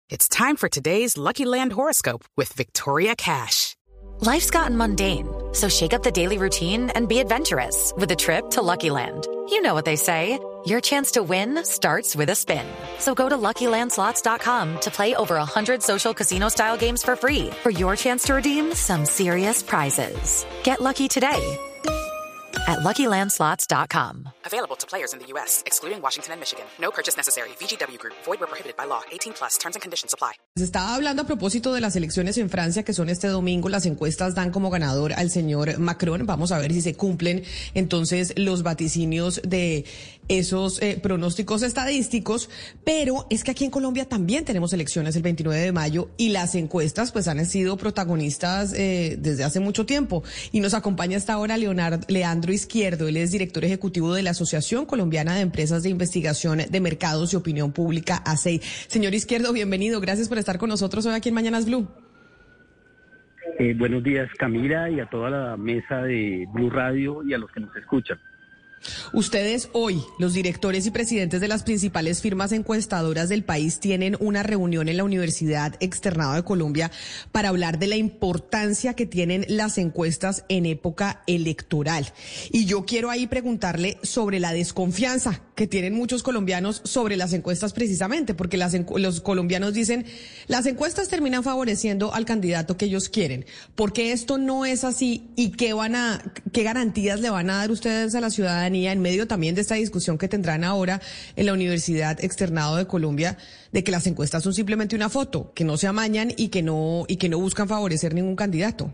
It's time for today's Lucky Land horoscope with Victoria Cash. Life's gotten mundane, so shake up the daily routine and be adventurous with a trip to Lucky Land. You know what they say, your chance to win starts with a spin. So go to LuckyLandSlots.com to play over 100 social casino-style games for free for your chance to redeem some serious prizes. Get lucky today at LuckyLandSlots.com. Available to players in the U.S., excluding Washington and Michigan. No purchase necessary. VGW Group. Void where prohibited by law. 18+. Terms and conditions apply. Se estaba hablando a propósito de las elecciones en Francia, que son este domingo. Las encuestas dan como ganador al señor Macron. Vamos a ver si se cumplen entonces los vaticinios de esos pronósticos estadísticos. Pero es que aquí en Colombia también tenemos elecciones el 29 de mayo y las encuestas pues han sido protagonistas desde hace mucho tiempo. Y nos acompaña hasta ahora Leandro Izquierdo. Él es director ejecutivo de la Asociación Colombiana de Empresas de Investigación de Mercados y Opinión Pública, ACEI. Señor Izquierdo, bienvenido. Gracias por estar con nosotros hoy aquí en Mañanas Blue. Buenos días, Camila, y a toda la mesa de Blue Radio y a los que nos escuchan. Ustedes hoy, los directores y presidentes de las principales firmas encuestadoras del país, tienen una reunión en la Universidad Externado de Colombia para hablar de la importancia que tienen las encuestas en época electoral. Y yo quiero ahí preguntarle sobre la desconfianza que tienen muchos colombianos sobre las encuestas precisamente, porque los colombianos dicen, las encuestas terminan favoreciendo al candidato que ellos quieren. ¿Por qué esto no es así? ¿Y qué garantías le van a dar ustedes a la ciudadanía en medio también de esta discusión que tendrán ahora en la Universidad Externado de Colombia de que las encuestas son simplemente una foto, que no se amañan y que no buscan favorecer ningún candidato?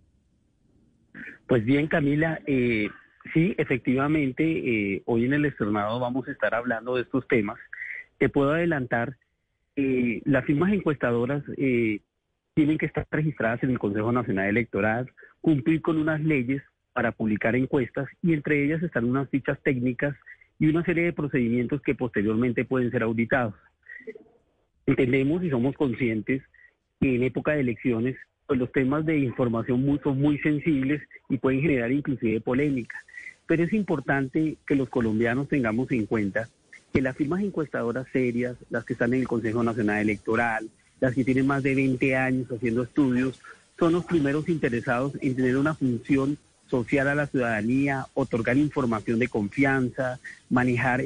Pues bien, Camila, sí, efectivamente, hoy en el Externado vamos a estar hablando de estos temas. Te puedo adelantar, las firmas encuestadoras tienen que estar registradas en el Consejo Nacional Electoral, cumplir con unas leyes para publicar encuestas, y entre ellas están unas fichas técnicas y una serie de procedimientos que posteriormente pueden ser auditados. Entendemos y somos conscientes que en época de elecciones pues los temas de información son muy sensibles y pueden generar inclusive polémica. Pero es importante que los colombianos tengamos en cuenta que las firmas encuestadoras serias, las que están en el Consejo Nacional Electoral, las que tienen más de 20 años haciendo estudios, son los primeros interesados en tener una función social a la ciudadanía, otorgar información de confianza, manejar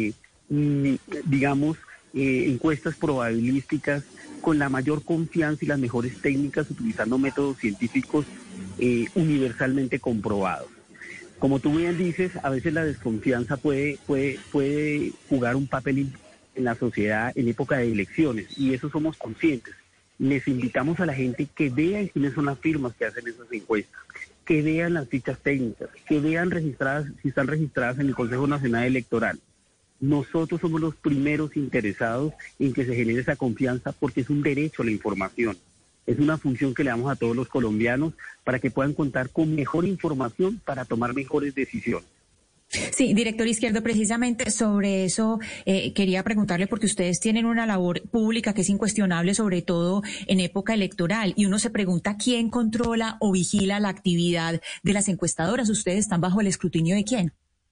encuestas probabilísticas con la mayor confianza y las mejores técnicas, utilizando métodos científicos universalmente comprobados. Como tú bien dices, a veces la desconfianza puede jugar un papel en la sociedad en época de elecciones, y eso somos conscientes. Les invitamos a la gente que vean quiénes son las firmas que hacen esas encuestas, que vean las fichas técnicas, que vean si están registradas en el Consejo Nacional Electoral. Nosotros somos los primeros interesados en que se genere esa confianza, porque es un derecho a la información. Es una función que le damos a todos los colombianos para que puedan contar con mejor información para tomar mejores decisiones. Sí, director Izquierdo, precisamente sobre eso quería preguntarle, porque ustedes tienen una labor pública que es incuestionable, sobre todo en época electoral, y uno se pregunta quién controla o vigila la actividad de las encuestadoras. ¿Ustedes están bajo el escrutinio de quién?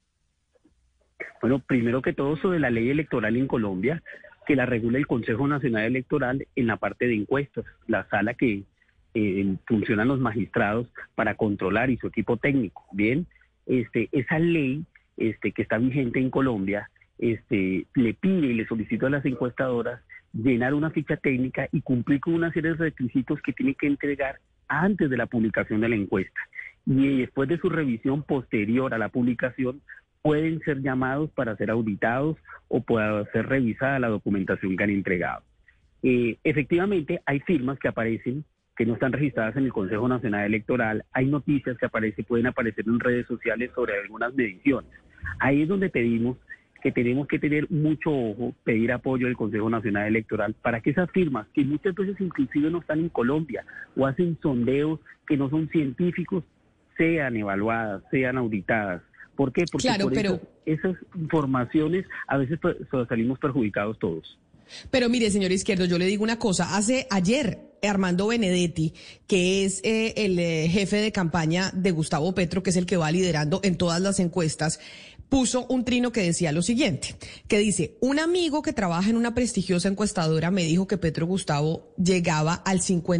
Bueno, primero que todo, sobre la ley electoral en Colombia, que la regula el Consejo Nacional Electoral en la parte de encuestas, la sala que funcionan los magistrados para controlar, y su equipo técnico. Bien, esa ley que está vigente en Colombia le pide y le solicita a las encuestadoras llenar una ficha técnica y cumplir con una serie de requisitos que tienen que entregar antes de la publicación de la encuesta. Y después de su revisión posterior a la publicación, pueden ser llamados para ser auditados o pueda ser revisada la documentación que han entregado. Efectivamente, hay firmas que aparecen que no están registradas en el Consejo Nacional Electoral, hay noticias que pueden aparecer en redes sociales sobre algunas mediciones. Ahí es donde pedimos que tenemos que tener mucho ojo, pedir apoyo del Consejo Nacional Electoral para que esas firmas, que muchas veces inclusive no están en Colombia o hacen sondeos que no son científicos, sean evaluadas, sean auditadas. ¿Por qué? Porque claro, esas informaciones a veces salimos perjudicados todos. Pero mire, señor Izquierdo, yo le digo una cosa. Ayer Armando Benedetti, que es el jefe de campaña de Gustavo Petro, que es el que va liderando en todas las encuestas, puso un trino que decía lo siguiente, que dice: un amigo que trabaja en una prestigiosa encuestadora me dijo que Petro Gustavo llegaba al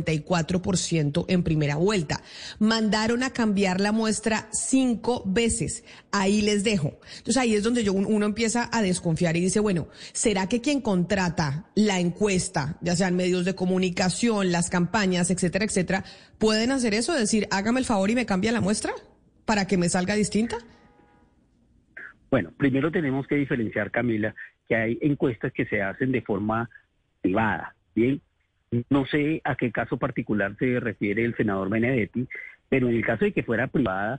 54% en primera vuelta. Mandaron a cambiar la muestra 5 veces. Ahí les dejo. Entonces ahí es donde uno empieza a desconfiar y dice, bueno, ¿será que quien contrata la encuesta, ya sean medios de comunicación, las campañas, etcétera, etcétera, pueden hacer eso? Decir, hágame el favor y me cambia la muestra para que me salga distinta. Bueno, primero tenemos que diferenciar, Camila, que hay encuestas que se hacen de forma privada, ¿bien? No sé a qué caso particular se refiere el senador Benedetti, pero en el caso de que fuera privada,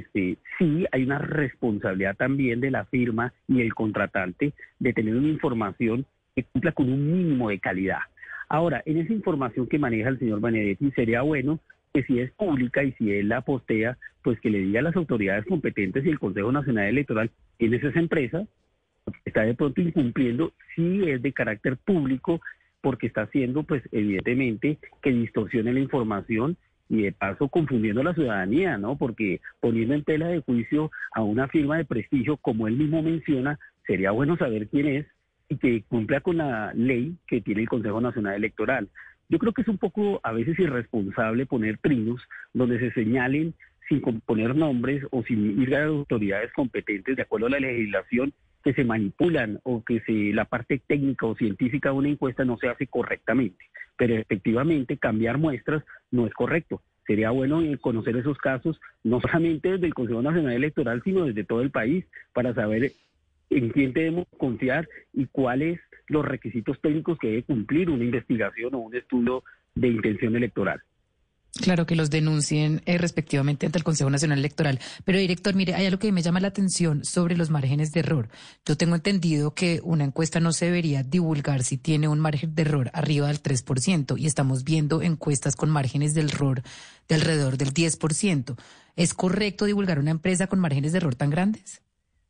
sí hay una responsabilidad también de la firma y el contratante de tener una información que cumpla con un mínimo de calidad. Ahora, en esa información que maneja el señor Benedetti, sería bueno que si es pública y si él la postea, pues que le diga a las autoridades competentes y el Consejo Nacional Electoral quién es esa empresa, está de pronto incumpliendo, si es de carácter público, porque está haciendo, pues evidentemente, que distorsione la información y de paso confundiendo a la ciudadanía, ¿no? Porque poniendo en tela de juicio a una firma de prestigio, como él mismo menciona, sería bueno saber quién es y que cumpla con la ley que tiene el Consejo Nacional Electoral. Yo creo que es un poco a veces irresponsable poner trinos donde se señalen sin poner nombres o sin ir a las autoridades competentes de acuerdo a la legislación, que se manipulan o que la parte técnica o científica de una encuesta no se hace correctamente. Pero efectivamente cambiar muestras no es correcto. Sería bueno conocer esos casos, no solamente desde el Consejo Nacional Electoral, sino desde todo el país, para saber en quién debemos confiar y cuáles los requisitos técnicos que debe cumplir una investigación o un estudio de intención electoral. Claro, que los denuncien respectivamente ante el Consejo Nacional Electoral. Pero, director, mire, hay algo que me llama la atención sobre los márgenes de error. Yo tengo entendido que una encuesta no se debería divulgar si tiene un margen de error arriba del 3%, y estamos viendo encuestas con márgenes de error de alrededor del 10%. ¿Es correcto divulgar una empresa con márgenes de error tan grandes?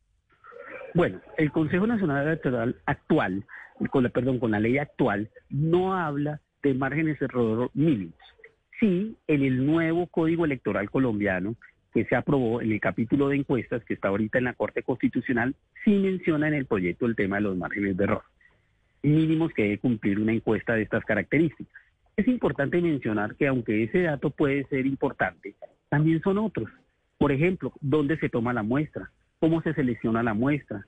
Bueno, el Consejo Nacional Electoral actual, con la ley actual, no habla de márgenes de error mínimos. Sí, en el nuevo Código Electoral colombiano, que se aprobó en el capítulo de encuestas, que está ahorita en la Corte Constitucional, sí menciona en el proyecto el tema de los márgenes de error mínimos que debe cumplir una encuesta de estas características. Es importante mencionar que aunque ese dato puede ser importante, también son otros. Por ejemplo, ¿dónde se toma la muestra? ¿Cómo se selecciona la muestra?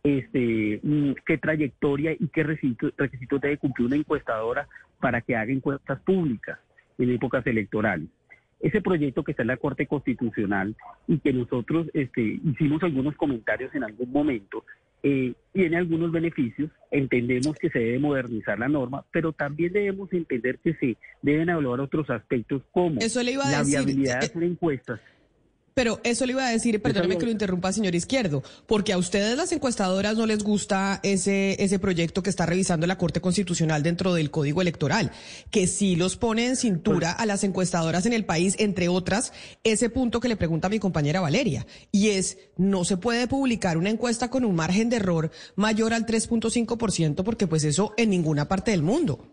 ¿Qué trayectoria y qué requisitos debe cumplir una encuestadora para que haga encuestas públicas en épocas electorales? Ese proyecto que está en la Corte Constitucional y que nosotros hicimos algunos comentarios en algún momento, tiene algunos beneficios. Entendemos que se debe modernizar la norma, pero también debemos entender que se deben evaluar otros aspectos como la viabilidad de hacer encuestas. Pero eso le iba a decir, perdóneme que lo interrumpa, señor Izquierdo, porque a ustedes las encuestadoras no les gusta ese proyecto que está revisando la Corte Constitucional dentro del Código Electoral, que sí los pone en cintura a las encuestadoras en el país, entre otras, ese punto que le pregunta a mi compañera Valeria, y es, no se puede publicar una encuesta con un margen de error mayor al 3.5%, porque pues eso en ninguna parte del mundo.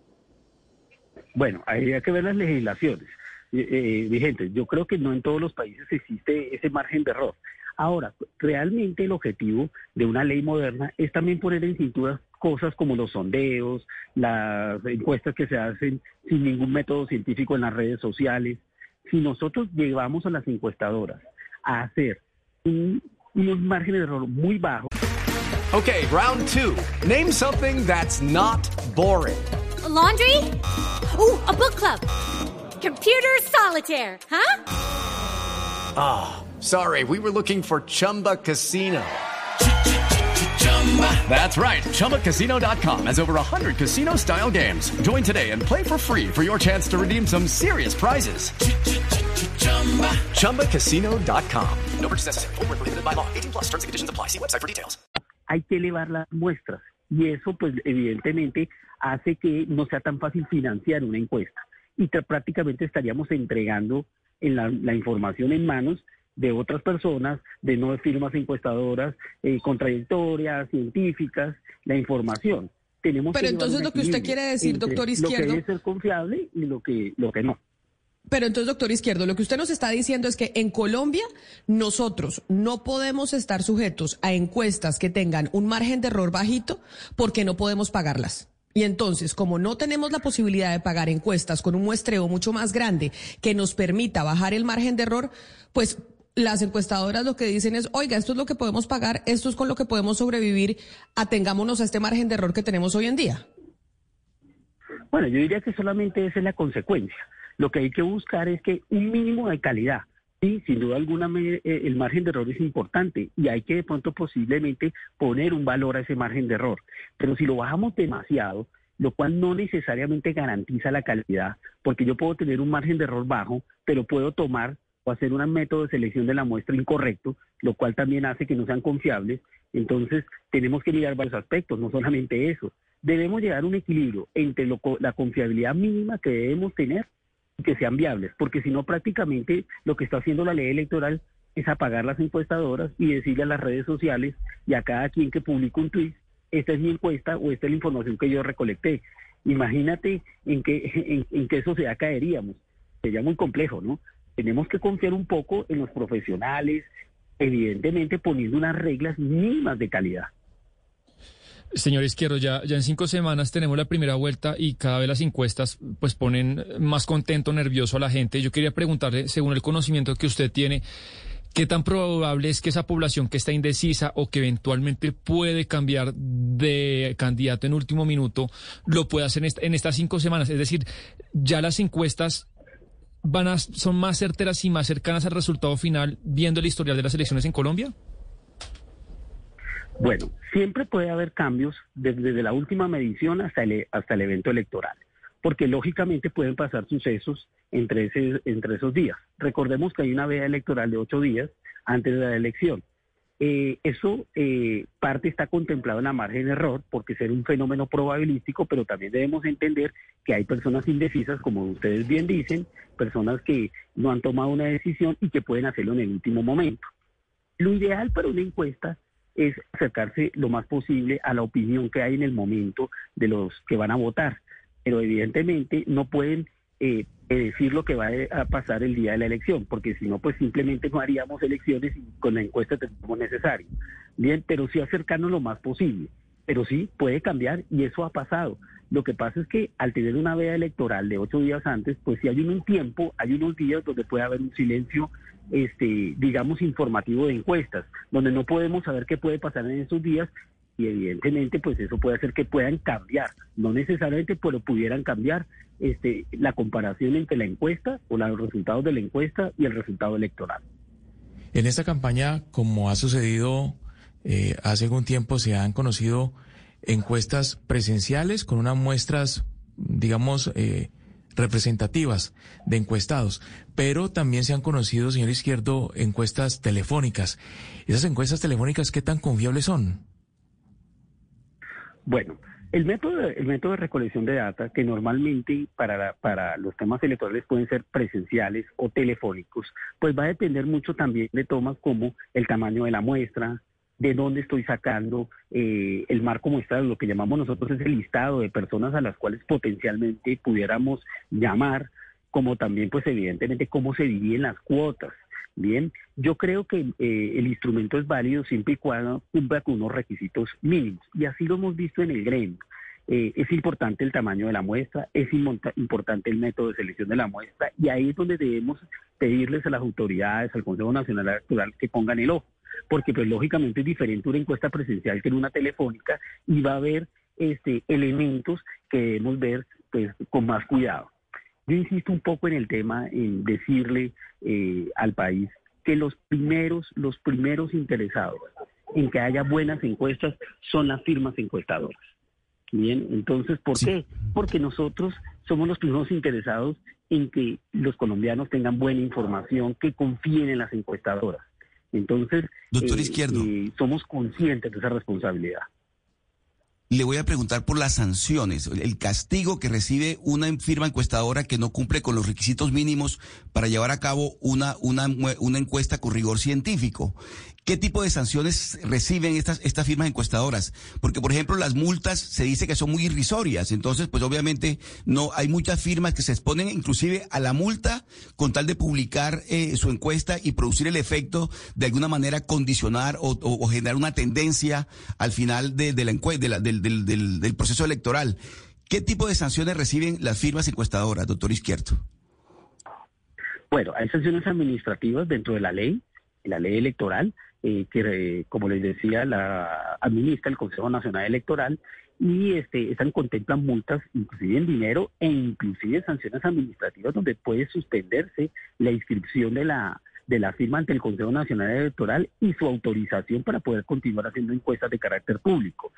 Bueno, habría que ver las legislaciones vigentes. Yo creo que no en todos los países existe ese margen de error. Ahora, realmente el objetivo de una ley moderna es también poner en cintura cosas como los sondeos, las encuestas que se hacen sin ningún método científico en las redes sociales. Si nosotros llevamos a las encuestadoras a hacer unos márgenes de error muy bajos. Okay, round 2. Name something that's not boring. A laundry? Ooh, a book club. Computer solitaire, huh? Ah, sorry, we were looking for Chumba Casino. That's right, ChumbaCasino.com has over 100 casino-style games. Join today and play for free for your chance to redeem some serious prizes. ChumbaCasino.com. No purchase necessary. Void where prohibited by law. 18+ terms and conditions apply. See website for details. Hay que elevar las muestras y eso pues evidentemente hace que no sea tan fácil financiar una encuesta. Y prácticamente estaríamos entregando la información en manos de otras personas, de no firmas encuestadoras, con trayectorias científicas, la información. Pero entonces lo que usted quiere decir, doctor Izquierdo, lo que debe ser confiable y lo que no. Pero entonces, doctor Izquierdo, lo que usted nos está diciendo es que en Colombia nosotros no podemos estar sujetos a encuestas que tengan un margen de error bajito porque no podemos pagarlas. Y entonces, como no tenemos la posibilidad de pagar encuestas con un muestreo mucho más grande que nos permita bajar el margen de error, pues las encuestadoras lo que dicen es, oiga, esto es lo que podemos pagar, esto es con lo que podemos sobrevivir, atengámonos a este margen de error que tenemos hoy en día. Bueno, yo diría que solamente esa es la consecuencia. Lo que hay que buscar es que un mínimo de calidad. Sí, sin duda alguna el margen de error es importante y hay que de pronto posiblemente poner un valor a ese margen de error. Pero si lo bajamos demasiado, lo cual no necesariamente garantiza la calidad, porque yo puedo tener un margen de error bajo, pero puedo tomar o hacer un método de selección de la muestra incorrecto, lo cual también hace que no sean confiables. Entonces tenemos que mirar varios aspectos, no solamente eso. Debemos llegar a un equilibrio entre la confiabilidad mínima que debemos tener y que sean viables, porque si no prácticamente lo que está haciendo la ley electoral es apagar las encuestadoras y decirle a las redes sociales y a cada quien que publique un tuit, esta es mi encuesta o esta es la información que yo recolecté. Imagínate en qué sociedad caeríamos. Sería muy complejo, ¿no? Tenemos que confiar un poco en los profesionales, evidentemente poniendo unas reglas mínimas de calidad. Señor Izquierdo, ya en 5 semanas tenemos la primera vuelta y cada vez las encuestas pues ponen más contento, nervioso a la gente. Yo quería preguntarle, según el conocimiento que usted tiene, ¿qué tan probable es que esa población que está indecisa o que eventualmente puede cambiar de candidato en último minuto lo pueda hacer en estas 5 semanas? Es decir, ya las encuestas son más certeras y más cercanas al resultado final viendo el historial de las elecciones en Colombia. Bueno, siempre puede haber cambios desde la última medición hasta el evento electoral, porque lógicamente pueden pasar sucesos entre esos días. Recordemos que hay una veda electoral de 8 días antes de la elección. Eso parte está contemplado en la margen de error, porque es un fenómeno probabilístico, pero también debemos entender que hay personas indecisas, como ustedes bien dicen, personas que no han tomado una decisión y que pueden hacerlo en el último momento. Lo ideal para una encuesta es acercarse lo más posible a la opinión que hay en el momento de los que van a votar, pero evidentemente no pueden decir lo que va a pasar el día de la elección, porque si no, pues simplemente no haríamos elecciones y con la encuesta tenemos necesario. Bien, pero sí acercarnos lo más posible, pero sí puede cambiar y eso ha pasado. Lo que pasa es que al tener una veda electoral de 8 días antes, pues sí hay un tiempo, hay unos días donde puede haber un silencio, digamos, informativo de encuestas, donde no podemos saber qué puede pasar en esos días y evidentemente pues eso puede hacer que puedan cambiar, no necesariamente, pero pudieran cambiar la comparación entre la encuesta o los resultados de la encuesta y el resultado electoral. En esta campaña, como ha sucedido hace algún tiempo, se han conocido encuestas presenciales con unas muestras, digamos, representativas de encuestados, pero también se han conocido, señor Izquierdo, encuestas telefónicas. ¿Esas encuestas telefónicas qué tan confiables son? Bueno, el método de recolección de data, que normalmente para los temas electorales pueden ser presenciales o telefónicos, pues va a depender mucho también de tomas como el tamaño de la muestra, de dónde estoy sacando el marco muestral, lo que llamamos nosotros es el listado de personas a las cuales potencialmente pudiéramos llamar, como también pues evidentemente cómo se dividen las cuotas. Bien, yo creo que el instrumento es válido siempre y cuando cumpla con unos requisitos mínimos, y así lo hemos visto en el gremio. Es importante el tamaño de la muestra, es importante el método de selección de la muestra, y ahí es donde debemos pedirles a las autoridades, al Consejo Nacional Electoral, que pongan el ojo, porque pues lógicamente es diferente una encuesta presencial que en una telefónica, y va a haber elementos que debemos ver pues con más cuidado. Yo insisto un poco en el tema, en decirle al país que los primeros interesados en que haya buenas encuestas son las firmas encuestadoras. Bien, entonces, ¿por qué? Porque nosotros somos los primeros interesados en que los colombianos tengan buena información, que confíen en las encuestadoras. Entonces, doctor Izquierdo, somos conscientes de esa responsabilidad. Le voy a preguntar por las sanciones, el castigo que recibe una firma encuestadora que no cumple con los requisitos mínimos para llevar a cabo una encuesta con rigor científico. ¿Qué tipo de sanciones reciben estas firmas encuestadoras? Porque, por ejemplo, las multas se dice que son muy irrisorias. Entonces, pues obviamente no hay muchas firmas que se exponen inclusive a la multa con tal de publicar su encuesta y producir el efecto de alguna manera condicionar o generar una tendencia al final de la encuesta, del proceso electoral. ¿Qué tipo de sanciones reciben las firmas encuestadoras, doctor Izquierdo? Bueno, hay sanciones administrativas dentro de la ley electoral, que como les decía, la administra el Consejo Nacional Electoral, y están contemplan multas inclusive en dinero e inclusive sanciones administrativas donde puede suspenderse la inscripción de la firma ante el Consejo Nacional Electoral y su autorización para poder continuar haciendo encuestas de carácter público.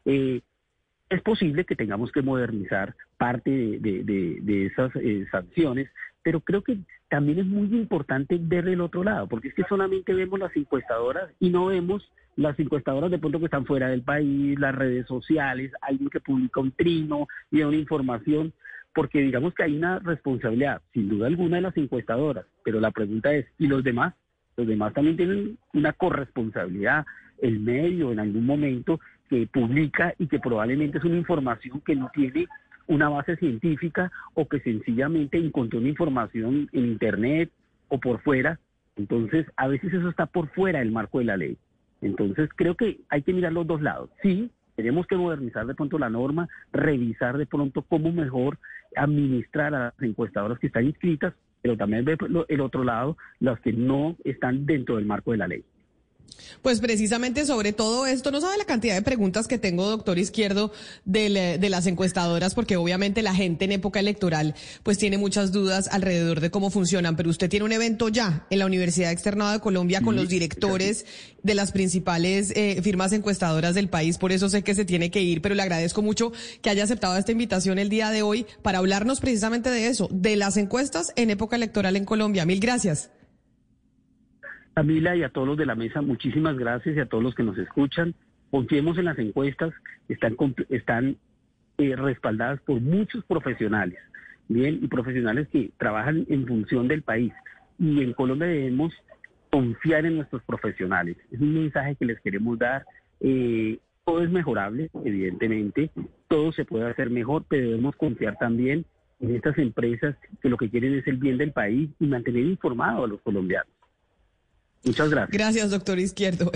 Es posible que tengamos que modernizar parte de esas sanciones, pero creo que también es muy importante ver el otro lado, porque es que solamente vemos las encuestadoras y no vemos las encuestadoras de pronto que están fuera del país, las redes sociales, alguien que publica un trino y da una información, porque digamos que hay una responsabilidad, sin duda alguna, de las encuestadoras, pero la pregunta es, ¿y los demás? Los demás también tienen una corresponsabilidad, el medio en algún momento que publica y que probablemente es una información que no tiene una base científica o que sencillamente encontró una información en internet o por fuera. Entonces, a veces eso está por fuera del marco de la ley. Entonces, creo que hay que mirar los dos lados. Sí, tenemos que modernizar de pronto la norma, revisar de pronto cómo mejor administrar a las encuestadoras que están inscritas, pero también ver el otro lado, las que no están dentro del marco de la ley. Pues precisamente sobre todo esto, no sabe la cantidad de preguntas que tengo, doctor Izquierdo, de las encuestadoras, porque obviamente la gente en época electoral pues tiene muchas dudas alrededor de cómo funcionan, pero usted tiene un evento ya en la Universidad Externada de Colombia con los directores de las principales firmas encuestadoras del país, por eso sé que se tiene que ir, pero le agradezco mucho que haya aceptado esta invitación el día de hoy para hablarnos precisamente de eso, de las encuestas en época electoral en Colombia. Mil gracias. Camila, y a todos los de la mesa, muchísimas gracias, y a todos los que nos escuchan. Confiemos en las encuestas, están respaldadas por muchos profesionales, bien, y profesionales que trabajan en función del país. Y en Colombia debemos confiar en nuestros profesionales. Es un mensaje que les queremos dar. Todo es mejorable, evidentemente, todo se puede hacer mejor, pero debemos confiar también en estas empresas que lo que quieren es el bien del país y mantener informados a los colombianos. Muchas gracias. Gracias, doctor Izquierdo.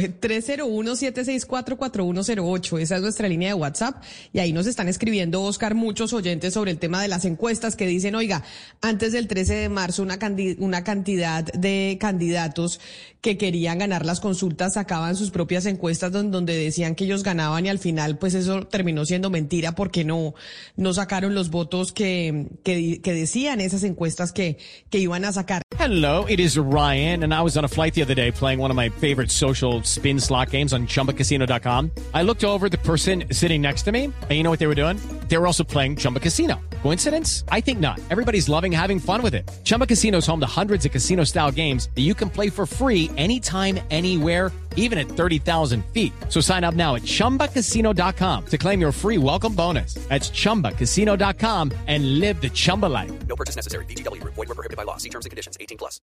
301-764-4108. Esa es nuestra línea de WhatsApp. Y ahí nos están escribiendo, Oscar, muchos oyentes sobre el tema de las encuestas que dicen, oiga, antes del 13 de marzo una cantidad de candidatos que querían ganar las consultas sacaban sus propias encuestas donde decían que ellos ganaban y al final pues eso terminó siendo mentira porque no sacaron los votos que decían esas encuestas que iban a sacar. Hello, it is Ryan, and I was on a flight the other day playing one of my favorite social spin slot games on ChumbaCasino.com. I looked over at the person sitting next to me, and you know what they were doing? They were also playing Chumba Casino. Coincidence? I think not. Everybody's loving having fun with it. Chumba Casino is home to hundreds of casino-style games that you can play for free anytime, anywhere, even at 30,000 feet. So sign up now at ChumbaCasino.com to claim your free welcome bonus. That's ChumbaCasino.com and live the Chumba life. No purchase necessary. VGW Group. Void where prohibited by law. See terms and conditions. 18+.